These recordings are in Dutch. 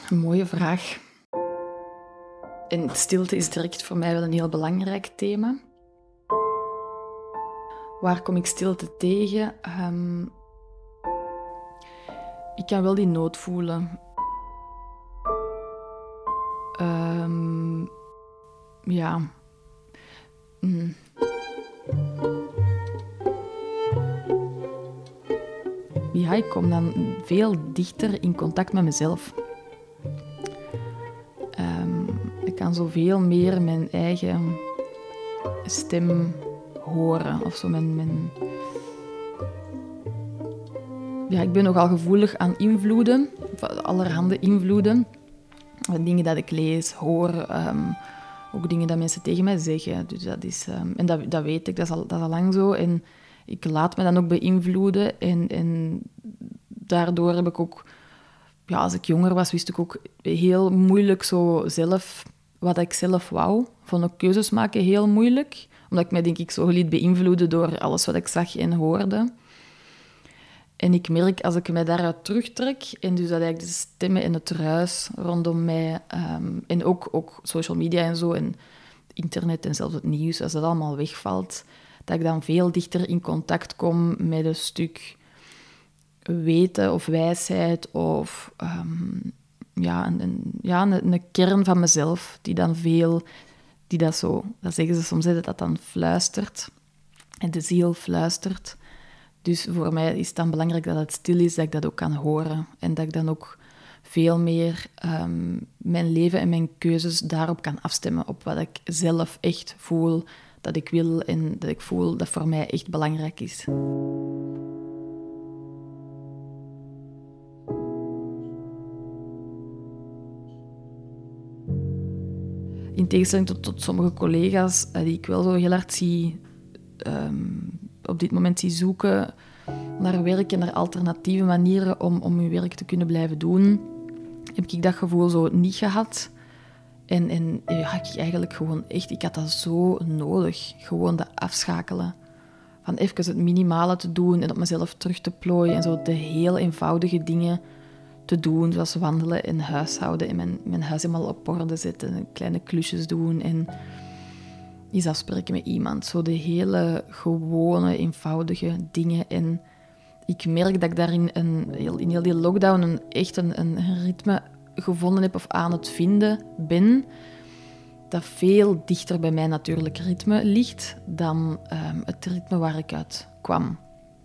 Een mooie vraag. En stilte is direct voor mij wel een heel belangrijk thema. Waar kom ik stilte tegen? Ik kan wel die nood voelen. Ja. Ja, ik kom dan veel dichter in contact met mezelf. Ik kan zoveel meer mijn eigen stem horen. Of zo Ja, ik ben nogal gevoelig aan invloeden. Allerhande invloeden. Dingen dat ik lees, hoor. Ook dingen dat mensen tegen mij zeggen. Dus dat is, en dat weet ik, dat is al lang zo. En ik laat me dan ook beïnvloeden. En daardoor heb ik ook... Ja, als ik jonger was, wist ik ook heel moeilijk zo zelf... Wat ik zelf wou. Vond ik keuzes maken heel moeilijk. Omdat ik mij, denk ik, zo liet beïnvloeden door alles wat ik zag en hoorde. En ik merk, als ik mij daaruit terugtrek... En dus dat eigenlijk de stemmen en het ruis rondom mij... en ook social media en zo... En internet en zelfs het nieuws, als dat allemaal wegvalt... Dat ik dan veel dichter in contact kom met een stuk... weten of wijsheid of een kern van mezelf die dan veel, die dat zo, dat zeggen ze soms, dat dan fluistert en de ziel fluistert. Dus voor mij is het dan belangrijk dat het stil is, dat ik dat ook kan horen en dat ik dan ook veel meer mijn leven en mijn keuzes daarop kan afstemmen, op wat ik zelf echt voel, dat ik wil en dat ik voel dat voor mij echt belangrijk is. In tegenstelling tot sommige collega's die ik wel zo heel hard zie, op dit moment zie zoeken naar werk en naar alternatieve manieren om hun werk te kunnen blijven doen, heb ik dat gevoel zo niet gehad. En ik eigenlijk gewoon echt, ik had dat zo nodig. Gewoon dat afschakelen. Van even het minimale te doen en op mezelf terug te plooien en zo de heel eenvoudige dingen te doen, zoals wandelen en huishouden en mijn huis helemaal op orde zetten, kleine klusjes doen en eens afspreken met iemand. Zo de hele gewone, eenvoudige dingen. En ik merk dat ik daarin in heel die lockdown echt een ritme gevonden heb of aan het vinden ben, dat veel dichter bij mijn natuurlijke ritme ligt dan het ritme waar ik uit kwam.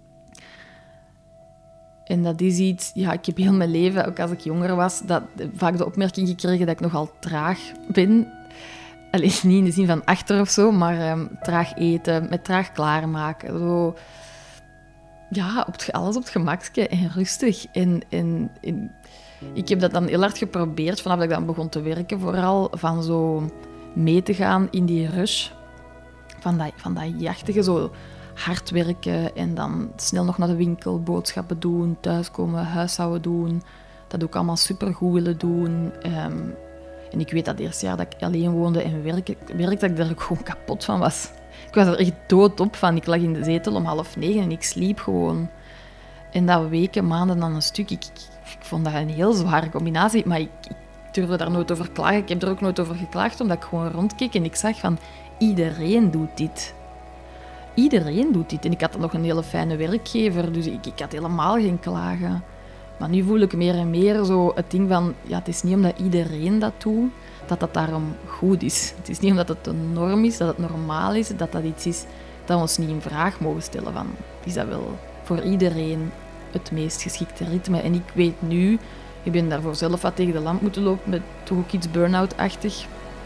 En dat is iets... Ja, ik heb heel mijn leven, ook als ik jonger was, vaak de opmerking gekregen dat ik nogal traag ben. Alleen niet in de zin van achter of zo, maar traag eten, met traag klaarmaken. Zo, ja, alles op het gemakje en rustig. En ik heb dat dan heel hard geprobeerd, vanaf dat ik dan begon te werken, vooral van zo mee te gaan in die rush. Van dat jachtige, zo hard werken en dan snel nog naar de winkel, boodschappen doen, thuiskomen, huishouden doen. Dat ook allemaal supergoed willen doen. En ik weet dat het eerste jaar dat ik alleen woonde en werkte, dat ik daar ook gewoon kapot van was. Ik was er echt doodop van. Ik lag in de zetel om 8:30 en ik sliep gewoon. En dat weken, maanden dan een stuk. Ik vond dat een heel zware combinatie, maar ik durfde daar nooit over klagen. Ik heb er ook nooit over geklaagd, omdat ik gewoon rondkeek en ik zag van iedereen doet dit. Iedereen doet dit. En ik had dan nog een hele fijne werkgever, dus ik had helemaal geen klagen. Maar nu voel ik meer en meer zo het ding van... Ja, het is niet omdat iedereen dat doet, dat dat daarom goed is. Het is niet omdat het een norm is, dat het normaal is, dat dat iets is dat we ons niet in vraag mogen stellen van... Is dat wel voor iedereen het meest geschikte ritme? En ik weet nu... Ik ben daarvoor zelf wat tegen de lamp moeten lopen, met toch ook iets burn-out-achtig.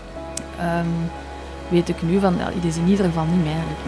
Weet ik nu van... Ja, het is in ieder geval niet mijn ritme.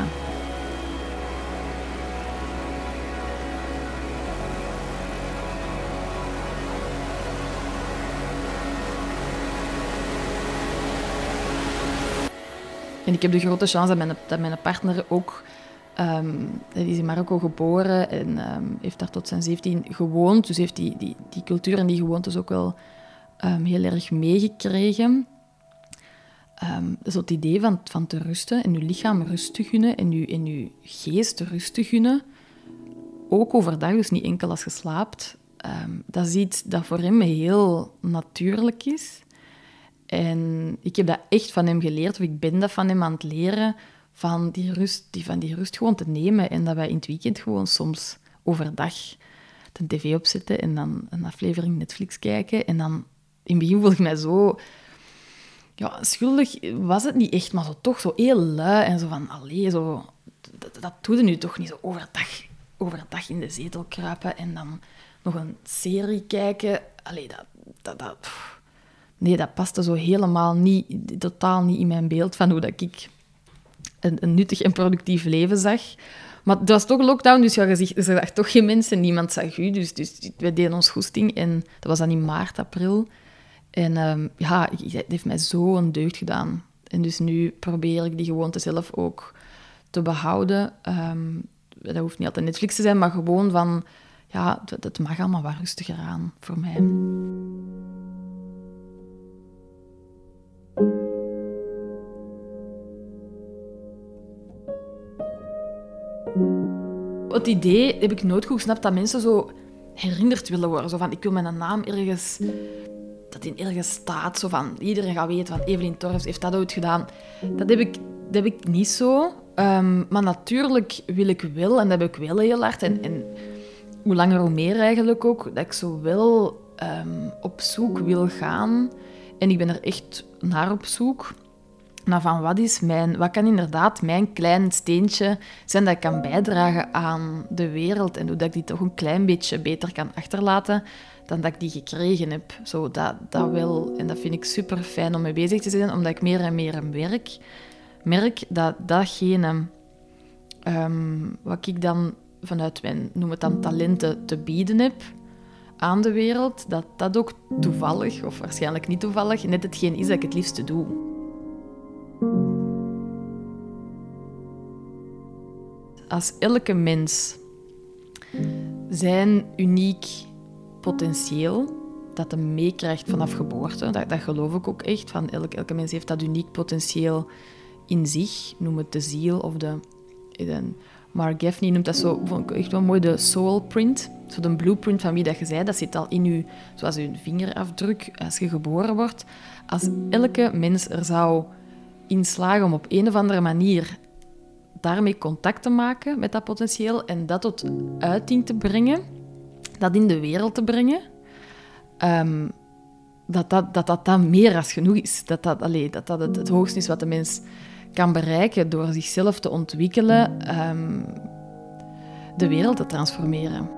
En ik heb de grote chance dat mijn partner ook... die is in Marokko geboren en heeft daar tot zijn 17 gewoond. Dus heeft die cultuur en die gewoontes ook wel heel erg meegekregen. Dus het idee van te rusten en je lichaam rust te gunnen en je geest rust te gunnen. Ook overdag, dus niet enkel als je slaapt. dat is iets dat voor hem heel natuurlijk is. En ik heb dat echt van hem geleerd, of ik ben dat van hem aan het leren, van die rust gewoon te nemen. En dat wij in het weekend gewoon soms overdag de tv opzetten en dan een aflevering Netflix kijken. En dan, in het begin voelde ik mij zo... Ja, schuldig was het niet echt, maar zo, toch zo heel lui. En zo van, allee, zo... Dat doe je nu toch niet zo overdag in de zetel kruipen en dan nog een serie kijken. Allee, nee, dat paste zo helemaal niet, totaal niet in mijn beeld van hoe dat ik een nuttig en productief leven zag. Maar het was toch lockdown, dus ja, je zag toch geen mensen, niemand zag u. Dus wij deden ons goesting en dat was dan in maart, april. En het heeft mij zo een deugd gedaan. En dus nu probeer ik die gewoonte zelf ook te behouden. Dat hoeft niet altijd Netflix te zijn, maar gewoon van... Ja, het mag allemaal wat rustiger aan voor mij. Het idee heb ik nooit goed gesnapt dat mensen zo herinnerd willen worden. Zo van, ik wil mijn naam ergens... Dat in ergens staat, zo van... Iedereen gaat weten van Evelien Torfs heeft dat ooit gedaan. Dat heb ik niet zo. Maar natuurlijk wil ik wel, en dat heb ik wel heel hard... En hoe langer hoe meer eigenlijk ook, dat ik zo wel op zoek wil gaan. En ik ben er echt naar op zoek. Naar van wat kan inderdaad mijn klein steentje zijn dat ik kan bijdragen aan de wereld. En hoe dat ik die toch een klein beetje beter kan achterlaten dan dat ik die gekregen heb. Zo, dat wel. En dat vind ik super fijn om mee bezig te zijn, omdat ik meer en meer merk dat datgene wat ik dan vanuit mijn, noem het dan, talenten te bieden heb aan de wereld, dat ook toevallig, of waarschijnlijk niet toevallig, net hetgeen is dat ik het liefste doe. Als elke mens zijn uniek potentieel, dat hij meekrijgt vanaf geboorte, dat geloof ik ook echt, van elke mens heeft dat uniek potentieel in zich, noem het de ziel of de Mark Gaffney noemt dat zo, vond ik echt wel mooi, de soul print. Zo de blueprint van wie dat je bent, dat zit al in je, zoals je vingerafdruk als je geboren wordt. Als elke mens er zou in slagen om op een of andere manier daarmee contact te maken met dat potentieel en dat tot uiting te brengen, dat in de wereld te brengen, dat meer als genoeg is. Dat het hoogste is wat de mens kan bereiken door zichzelf te ontwikkelen, de wereld te transformeren.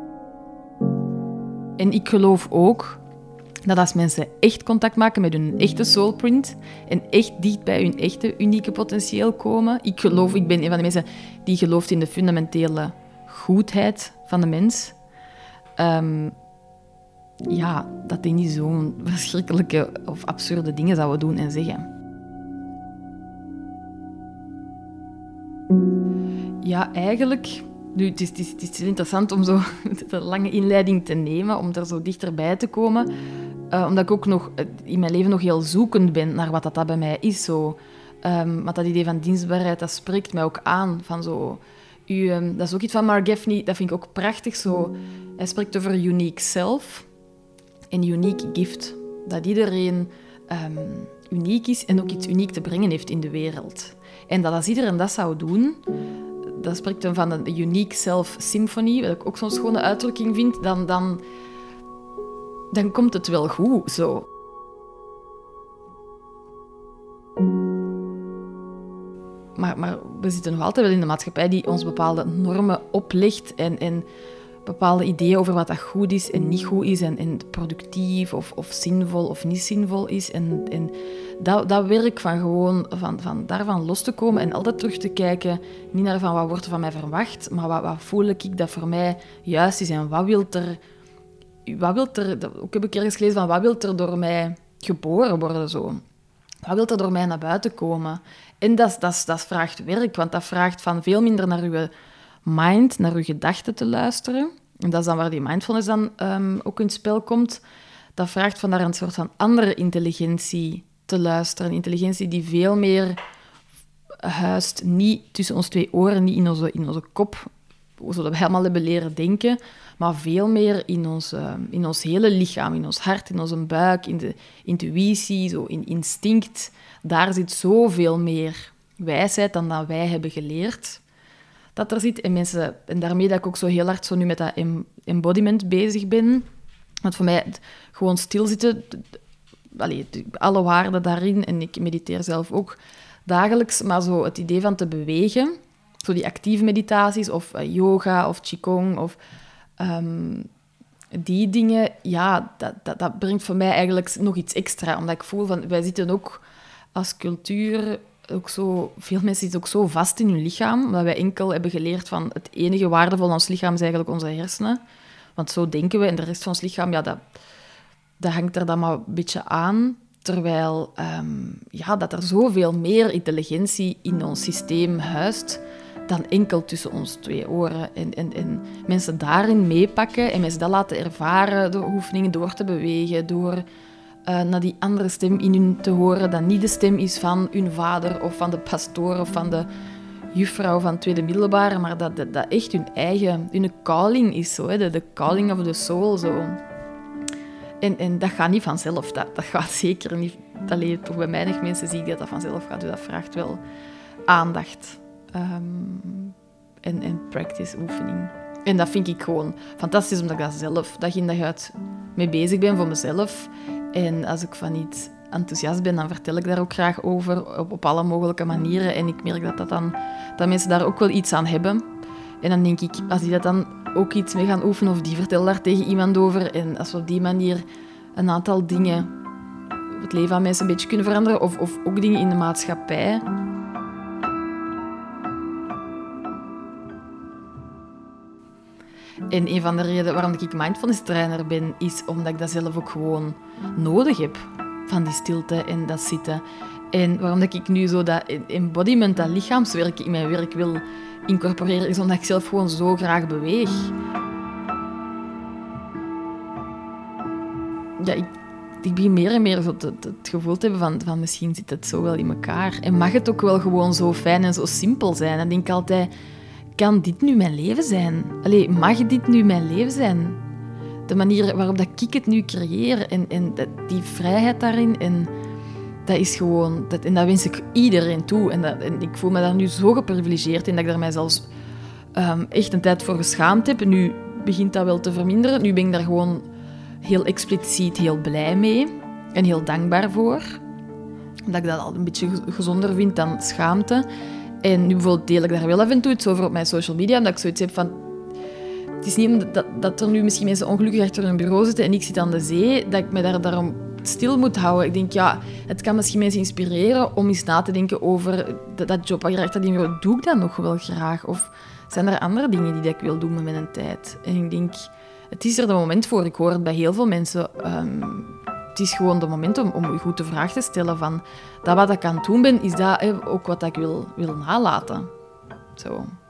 En ik geloof ook dat als mensen echt contact maken met hun echte soulprint en echt dicht bij hun echte unieke potentieel komen, ik ben een van de mensen die gelooft in de fundamentele goedheid van de mens, dat die niet zo'n verschrikkelijke of absurde dingen zouden doen en zeggen. Ja, eigenlijk... Nu, het is interessant om zo een lange inleiding te nemen, om er zo dichterbij te komen. Omdat ik ook nog in mijn leven nog heel zoekend ben naar wat dat bij mij is. Zo. Maar dat idee van dienstbaarheid, dat spreekt mij ook aan. Van zo, dat is ook iets van Mark Gaffney, dat vind ik ook prachtig. Zo. Hij spreekt over unique self en unique gift. Dat iedereen uniek is en ook iets uniek te brengen heeft in de wereld. En dat als iedereen dat zou doen... Dat spreekt dan van een unique self symphony, wat ik ook zo'n schone uitdrukking vind, dan komt het wel goed, zo. Maar we zitten nog altijd wel in de maatschappij die ons bepaalde normen oplegt en bepaalde ideeën over wat dat goed is en niet goed is en productief of zinvol of niet zinvol is. En dat werk van gewoon van daarvan los te komen en altijd terug te kijken, niet naar van wat wordt er van mij verwacht, maar wat voel ik dat voor mij juist is en wat wil er ook heb ik ergens gelezen van wat wil er door mij geboren worden zo. Wat wil er door mij naar buiten komen? En dat vraagt werk, want dat vraagt van veel minder naar uw mind, naar uw gedachten te luisteren. En dat is dan waar die mindfulness dan ook in het spel komt. Dat vraagt van daar een soort van andere intelligentie te luisteren. Een intelligentie die veel meer huist, niet tussen ons twee oren, niet in onze kop, zodat we helemaal hebben leren denken, maar veel meer in ons hele lichaam, in ons hart, in onze buik, in de intuïtie, zo in instinct. Daar zit zoveel meer wijsheid dan dat wij hebben geleerd dat er zit. En daarmee dat ik ook zo heel hard zo nu met dat embodiment bezig ben. Want voor mij, gewoon stilzitten, alle waarden daarin, en ik mediteer zelf ook dagelijks, maar zo het idee van te bewegen, zo die actieve meditaties, of yoga, of qigong, of die dingen, ja, dat brengt voor mij eigenlijk nog iets extra. Omdat ik voel van, wij zitten ook als cultuur, ook zo, veel mensen zitten ook zo vast in hun lichaam, omdat wij enkel hebben geleerd van het enige waardevol aan ons lichaam is eigenlijk onze hersenen. Want zo denken we, en de rest van ons lichaam, ja, dat hangt er dan maar een beetje aan. Terwijl dat er zoveel meer intelligentie in ons systeem huist dan enkel tussen ons 2 oren. En mensen daarin meepakken en mensen dat laten ervaren door oefeningen door te bewegen, door naar die andere stem in hun te horen, dat niet de stem is van hun vader of van de pastoor of van de juffrouw van tweede middelbare, maar dat echt hun calling is, zo, hè, de calling of the soul. Zo. En dat gaat niet vanzelf. Dat gaat zeker niet. Alleen toch bij weinig mensen zie ik dat vanzelf gaat. Dus dat vraagt wel aandacht en practice, oefening. En dat vind ik gewoon fantastisch, omdat ik dat zelf dag in dag uit mee bezig ben voor mezelf. En als ik van iets enthousiast ben, dan vertel ik daar ook graag over op alle mogelijke manieren. En ik merk dat mensen daar ook wel iets aan hebben. En dan denk ik, als die dat dan ook iets mee gaan oefenen of die vertellen daar tegen iemand over, en als we op die manier een aantal dingen op het leven van mensen een beetje kunnen veranderen, of ook dingen in de maatschappij. En een van de redenen waarom ik mindfulness trainer ben, is omdat ik dat zelf ook gewoon nodig heb. Van die stilte en dat zitten. En waarom dat ik nu zo dat embodiment, dat lichaamswerk in mijn werk wil incorporeren, is omdat ik zelf gewoon zo graag beweeg. Ja, ik begin meer en meer zo het gevoel te hebben van misschien zit het zo wel in elkaar. En mag het ook wel gewoon zo fijn en zo simpel zijn. En denk ik altijd, kan dit nu mijn leven zijn? Allee, mag dit nu mijn leven zijn? De manier waarop dat ik het nu creëer en die vrijheid daarin, en dat is gewoon, en dat wens ik iedereen toe. En ik voel me daar nu zo geprivilegeerd in dat ik daar mij zelfs echt een tijd voor geschaamd heb. Nu begint dat wel te verminderen. Nu ben ik daar gewoon heel expliciet heel blij mee en heel dankbaar voor. Omdat ik dat al een beetje gezonder vind dan schaamte. En nu bijvoorbeeld deel ik daar wel af en toe iets over op mijn social media, omdat ik zoiets heb van, het is niet dat er nu misschien mensen ongelukkig achter hun bureau zitten en ik zit aan de zee, dat ik me daarom stil moet houden. Ik denk, ja, het kan misschien mensen inspireren om eens na te denken over dat job achter die bureau. Doe ik dat nog wel graag? Of zijn er andere dingen die ik wil doen met mijn tijd? En ik denk, het is er het moment voor. Ik hoor het bij heel veel mensen. Het is gewoon het moment om je goed de vraag te stellen van, dat wat ik aan het doen ben, is dat ook wat ik wil nalaten. Zo.